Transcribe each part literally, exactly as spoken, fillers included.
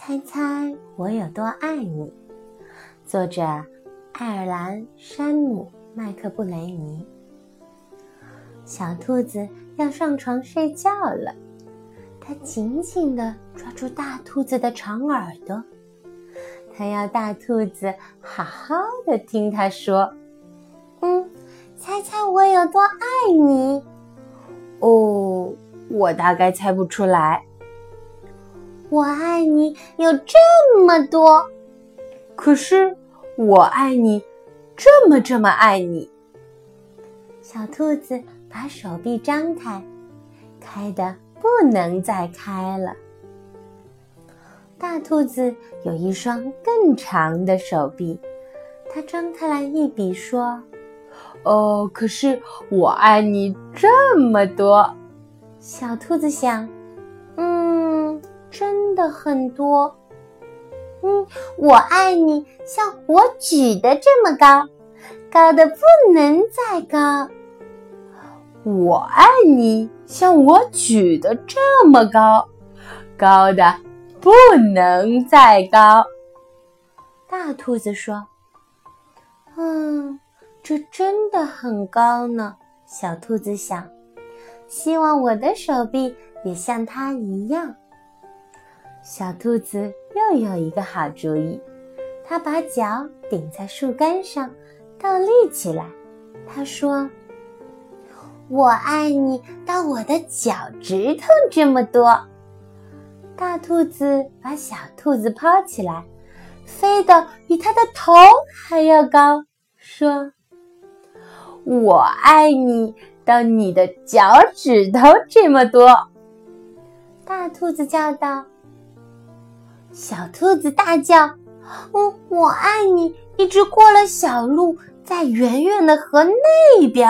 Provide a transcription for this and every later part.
猜猜我有多爱你。作者爱尔兰山姆麦克布雷尼。小兔子要上床睡觉了，它紧紧地抓住大兔子的长耳朵，它要大兔子好好的听它说，嗯，猜猜我有多爱你。 哦，我大概猜不出来。 我爱你有这么多。 可是我爱你这么这么爱你。 小兔子把手臂张开，开得不能再开了。大兔子有一双更长的手臂，它张开来一比说， 哦，可是我爱你这么多。 小兔子想，嗯，真的很多。嗯，我爱你像我举得这么高，高的不能再高。 我爱你像我举得这么高，高的不能再高。 大兔子说，嗯，这真的很高呢。小兔子想，希望我的手臂也像它一样。小兔子又有一个好主意，它把脚顶在树干上，倒立起来。它说，我爱你到我的脚趾头这么多。大兔子把小兔子抛起来，飞得比它的头还要高，说， 我爱你到你的脚趾头这么多。 大兔子叫道。小兔子大叫，嗯，我爱你一直过了小路，在远远的河那边。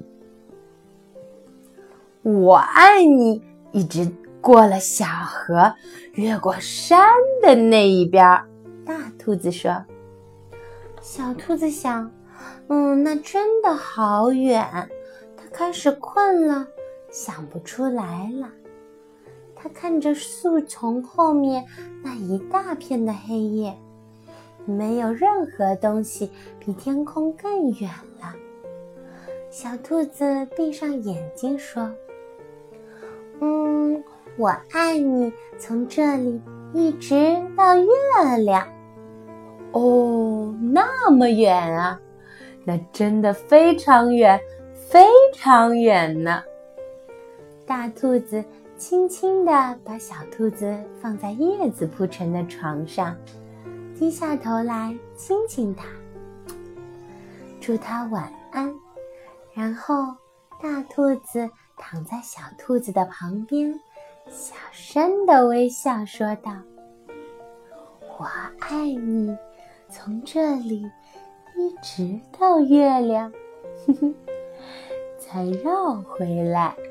我爱你一直过了小河，越过山的那一边。 大兔子说。小兔子想，嗯，那真的好远。它开始困了，想不出来了。它看着树丛后面那一大片的黑夜，没有任何东西比天空更远了。小兔子闭上眼睛说，嗯，我爱你从这里一直到月亮。 哦，那么远啊，那真的非常远，非常远呢。 大兔子轻轻地把小兔子放在叶子铺成的床上，低下头来亲亲它，祝它晚安。然后大兔子躺在小兔子的旁边，小声地微笑说道，我爱你从这里一直到月亮，呵呵，才绕回来。